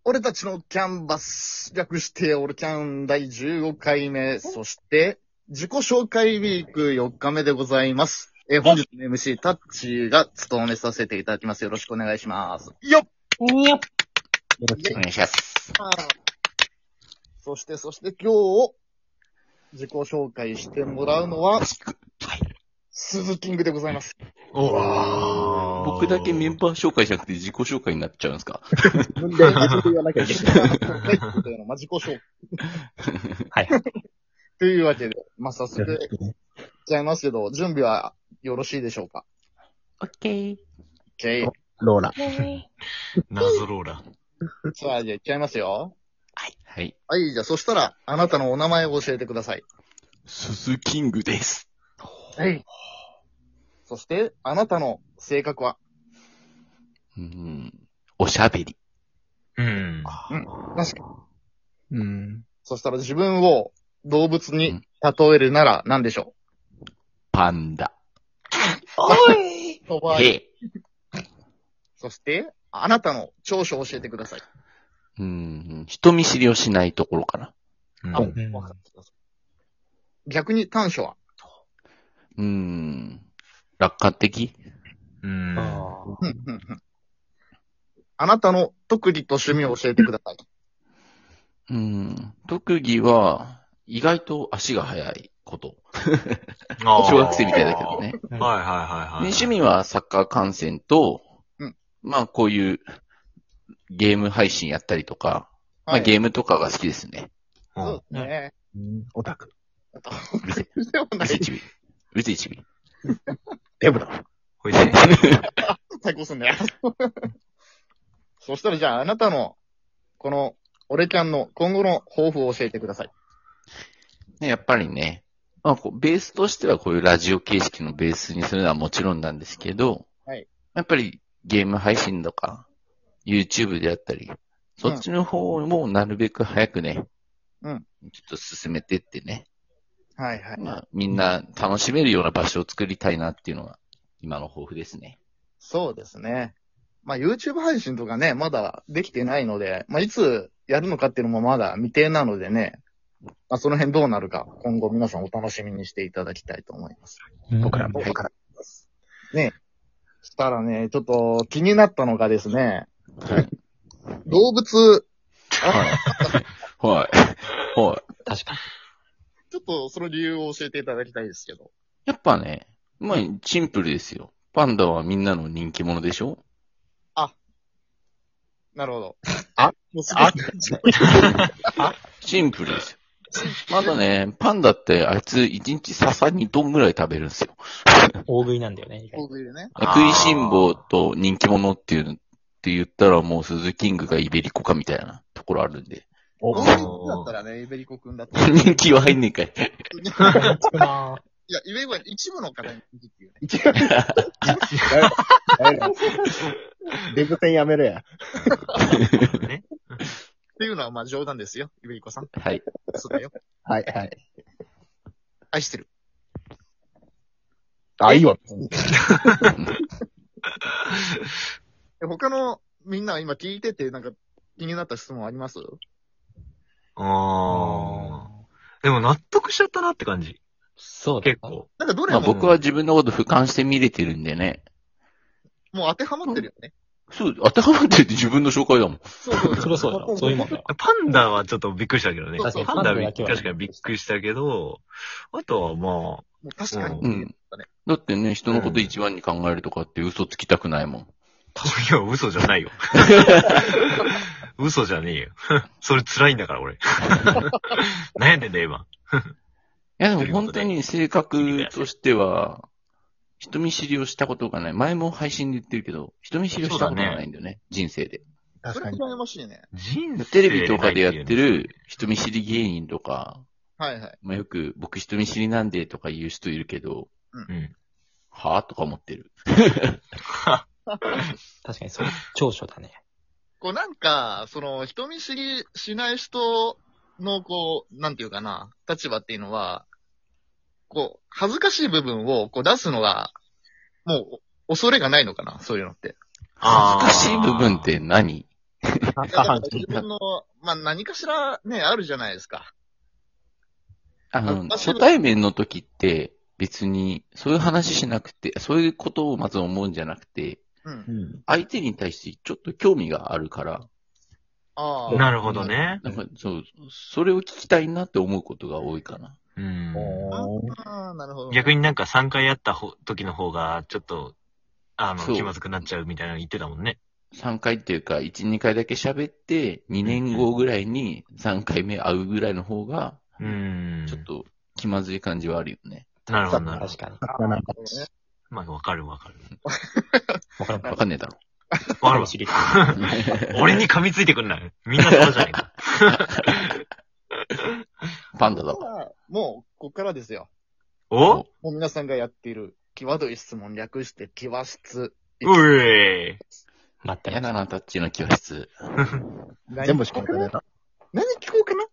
俺たちのキャンバス、略してオルキャン第15回目、そして自己紹介ウィーク4日目でございます。本日の MC タッチが務めさせていただきます。よろしくお願いします。よっよっ。 よろしくお願いします。 そして今日、自己紹介してもらうのは、スズキングでございます。 僕だけメンバー紹介じゃなくて自己紹介になっちゃうんですか？ 自分で言わなきゃいけない。 自己紹介。 はい。 というわけで、早速、いっちゃいますけど、準備はよろしいでしょうか？ オッケー。 OK。 ローラ。 謎ローラ。 さあ、じゃあいっちゃいますよ。 はい。 はい、じゃあそしたら、あなたのお名前を教えてください。 スズキングです。 はい。そして、あなたの性格は？ おしゃべり。 確かに。そしたら自分を動物に例えるなら何でしょう？パンダ。 おいへえ。 そして、あなたの長所を教えてください。 人見知りをしないところかな。 わかった。逆に短所は？ 楽観的？ あなたの特技と趣味を教えてください。 特技は、意外と足が速いこと。小学生みたいだけどね。 はい。 趣味はサッカー観戦と、こういうゲーム配信やったりとか、ゲームとかが好きですね。 そうですね。 オタク。 うるせえちび。 デブだ。 ほいで。 最高すんだよ。そしたらじゃああなたの、この、俺キャンの今後の抱負を教えてください。 やっぱりね、ベースとしてはこういうラジオ形式のベースにするのはもちろんなんですけど、やっぱりゲーム配信とか、YouTube であったり、そっちの方もなるべく早くね、ちょっと進めてってね。みんな楽しめるような場所を作りたいなっていうのが今の抱負ですね。 そうですね。YouTube 配信とかね、まだできてないので、いつやるのかっていうのもまだ未定なのでね、その辺どうなるか、今後皆さんお楽しみにしていただきたいと思います。 僕らも。 ね。したらね、ちょっと気になったのがですね、動物、 はい。 確かに。 ちょっとその理由を教えていただきたいですけど。 やっぱね、シンプルですよ。パンダはみんなの人気者でしょ？ なるほど。 シンプルですよ。まだね、パンダってあいつ1日笹2トンぐらい食べるんですよ。 大食いなんだよね。 大食いでね。 食いしん坊と人気者って言ったらもうスズキングがイベリコかみたいなところあるんで。 大食いだったらね、イベリコくんだったら。 人気は入んねえかい。 いや、イベリコは一部の方に人気っていうね。 一部デブ戦やめろや。 っていうのは冗談ですよ、イベリコさん。 はい。 そうだよ。 はい。 愛してる。 いいわ。 他のみんな今聞いてて気になった質問あります？ でも納得しちゃったなって感じ。 そう結構。 どれも。 僕は自分のこと俯瞰して見れてるんでね。 もう当てはまってるよね。 そう、当てはまってるって自分の紹介だもん。 そりゃそうだよ。そういうもんだよ。 パンダはちょっとびっくりしたけどね。 そうそうパンダは確かにびっくりしたけど、あとはもう確かに。 だってね、人のこと一番に考えるとかって嘘つきたくないもん。 いや、嘘じゃないよ。嘘じゃねえよ。それ辛いんだから、俺。悩んでんだよ、今。 いや、でも本当に性格としては、人見知りをしたことがない。前も配信で言ってるけど、人見知りをしたことがないんだよね。人生で。 それ羨ましいね。 テレビとかでやってる人見知り芸人とか、よく僕人見知りなんでとか言う人いるけど、はぁとか思ってる。 確かにそういう長所だね。 人見知りしない人のなんていうかな、立場っていうのは、恥ずかしい部分を出すのが、もう恐れがないのかな、そういうのって。 恥ずかしい部分って何？ 下半期。 自分の、まあ、何かしらね、あるじゃないですか。 初対面の時って、別に、そういう話しなくて、そういうことをまず思うんじゃなくて、 うん。 相手に対してちょっと興味があるから、 ああ。 なるほどね。 なんかそう、それを聞きたいなって思うことが多いかな。 ああ、なるほど、ね。 逆になんか3回やった時の方が、ちょっと、 そう気まずくなっちゃうみたいなの言ってたもんね。 3回っていうか、1、2回だけ喋って、2年後ぐらいに3回目会うぐらいの方が、ちょっと気まずい感じはあるよね。 なるほど、なるほど。 確かに。 まあ、わかるわかる。 わかんねえだろ。 わかるわ。俺に噛みついてくんない。みんなそうじゃないか。 パンダだわ。 もう、こっからですよ。 おもう皆さんがやっている、際どい質問略して、際質。 うえ待ってやだな、タッチの教室。 全部しか答えた。 何聞こうかな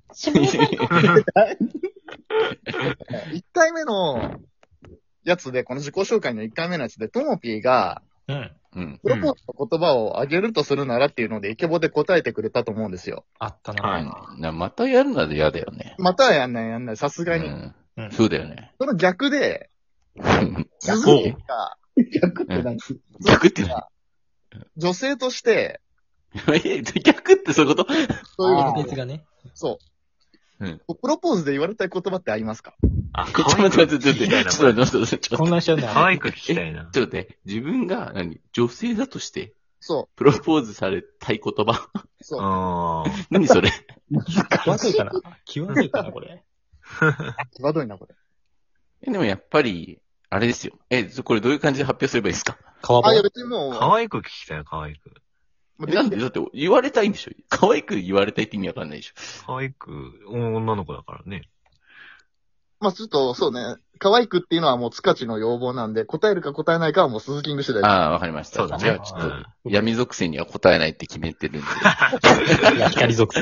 1回目のやつで、この自己紹介の1回目のやつで、ともぴーが、プロポーズの言葉をあげるとするならっていうので、イケボで答えてくれたと思うんですよ。 あったな。 はい。またやるので嫌だよね。 またやんない、さすがに。 そうだよね。 その逆で、 逆逆って何？ 逆って何？ 女性として、 逆ってそういうこと？ そういうこと別がね。 そう。プロポーズで言われたい言葉ってありますか？ ちょっと待って。ちょっと混乱しちゃうな。 可愛く聞きたいな。 ちょっと待って、自分が女性だとして、 そう。 プロポーズされたい言葉。 そう。 何それ？ 際どいかな際どいかな、これ。 際どいな、これ。 でもやっぱり、あれですよ。これどういう感じで発表すればいいですか？ いや別にもう。 可愛く聞きたいよ、可愛く。 なんでだって言われたいんでしょ？可愛く言われたいって意味わかんないでしょ？ 可愛く、女の子だからね。 まあちょっと、そうね。可愛くっていうのはもう塚地の要望なんで、答えるか答えないかはもう鈴木ング次第です。 ああ、わかりました。 そうだね。 じゃあちょっと、闇属性には答えないって決めてるんで。 いや、光属性。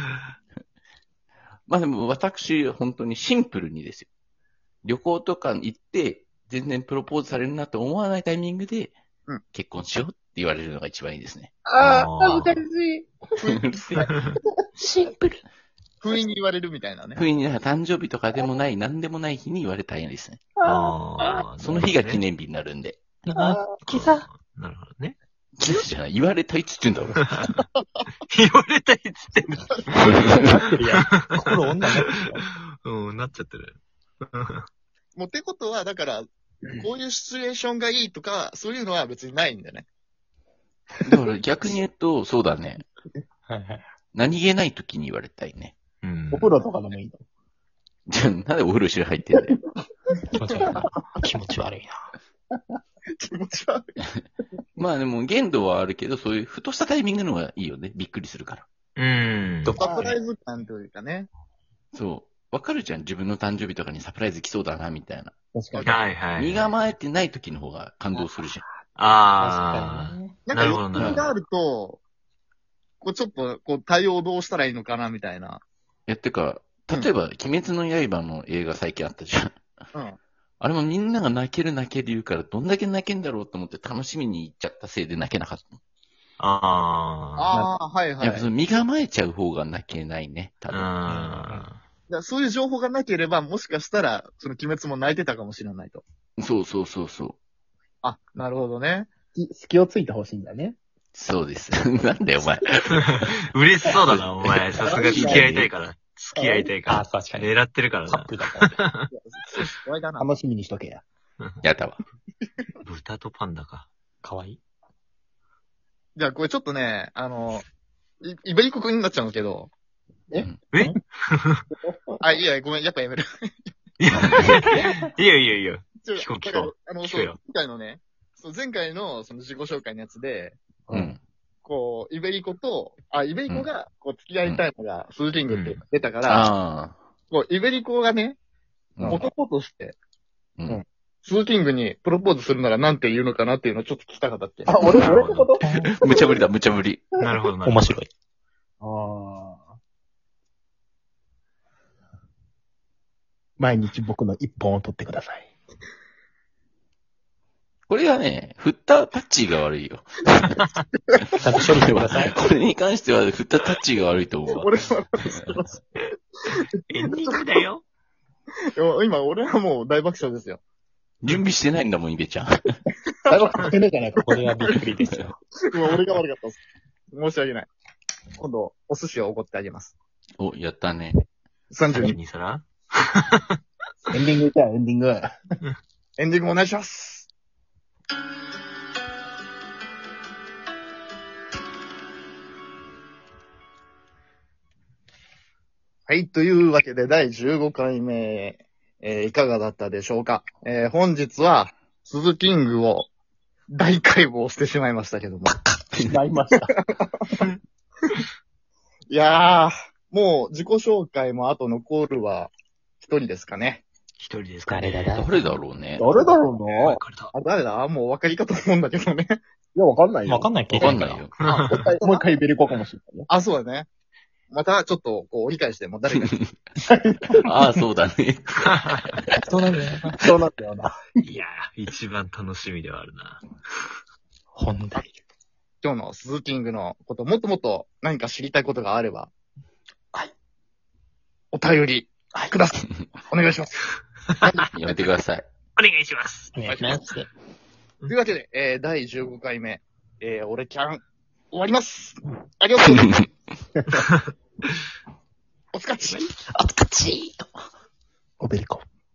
まあでも私、本当にシンプルにですよ。旅行とかに行って、全然プロポーズされるなと思わないタイミングで、結婚しようって言われるのが一番いいですね。 ああ、恥ずかしい。 シンプル。 不意に言われるみたいなね。 不意に誕生日とかでもない、何でもない日に言われたいんですね。その日が記念日になるんで。 キザ。 なるほどね。 キザじゃない。言われたいっつってんだろ。 言われたいっつってんだ。 なってるやん。心女になってるよ。なっちゃってる。 もうってことは、だから、こういうシチュエーションがいいとか、そういうのは別にないんだね。 だから逆に言うと、そうだね。 はいはい。 何気ない時に言われたいね。 お風呂とかでもいいの？ じゃあ、なんでお風呂後ろ入ってんだよ。 気持ち悪いな。気持ち悪いな。 気持ち悪い。 まあでも限度はあるけど、そういうふとしたタイミングのがいいよね。びっくりするから。 サプライズ感というかね。 そう。わかるじゃん。自分の誕生日とかにサプライズ来そうだな、みたいな。 確かに。 はい。 身構えてない時の方が感動するじゃん。 ああ。 なんか余裕があると、こうちょっと、こう対応どうしたらいいのかな、みたいな。 てか、例えば、鬼滅の刃の映画最近あったじゃん。あれもみんなが泣ける言うから、どんだけ泣けんだろうと思って楽しみに行っちゃったせいで泣けなかった。 はいはい。 やっぱ身構えちゃう方が泣けないね、多分。 そういう情報がなければ、もしかしたら、その鬼滅も泣いてたかもしれないと。 そう。 あ、なるほどね。 隙をついてほしいんだね。 そうです。なんだよ、お前。 嬉しそうだな、お前。さすが付き合いたいから。付き合いたいから。 確かに。 狙ってるからな。 カップルだから。 楽しみにしとけや。 やだわ。 豚とパンダか。 かわいい。 じゃあ、これちょっとね、イベリコ君になっちゃうんだけど。いや、ごめん、やっぱやめる。 いいよ。聞こう。 前回のね、前回のその自己紹介のやつで、こう、イベリコが、こう、付き合いたいのが、スーキングって出たから、こう、イベリコがね、男として、スーキングにプロポーズするならなんて言うのかなっていうのをちょっと聞きたかったって。 俺ってこと？ 無茶ぶりだ、無茶ぶり。 なるほど。 面白い。 毎日僕の一本を取ってください。 これはね、振ったタッチが悪いよ。 ちゃんと処理してください。 これに関しては振ったタッチが悪いと思うわ。 俺は、してます。 エンディングだよ。 今、俺はもう大爆笑ですよ。 準備してないんだもん、イベちゃん。 大爆笑してねえじゃないか。これはびっくりですよ。 もう俺が悪かったです。申し訳ない。今度、お寿司をおごってあげます。 お、やったね。 32。 に皿エンディングじゃあ、エンディング。 エンディングお願いします。はい、というわけで第15回目、いかがだったでしょうか。本日は、鈴キングを大解剖してしまいましたけども。 なりました。 いやー、もう自己紹介もあと残るは一人ですかね。 一人ですかね。 誰だろうね。 誰だろうな。 あ、誰だもう分かりかと思うんだけどね。 いや、わかんないよ。 わかんないっけわかんないよ。 もう一回ベルコかもしれないね。 あ、そうだね。またちょっと、こう、理解して、もう誰か。 ああ、そうだね。 そうなんだよな。 そうなんだよな。 いやー、一番楽しみではあるな。 本題。 今日の鈴キングのこと、もっともっと何か知りたいことがあれば、 はい。 お便り、ください。お願いします。 やめてください。 お願いします。 お願いします。 というわけで、第15回目、俺キャン、終わります。ありがとうございます。おつかち。 あつかちーと。おべりこ。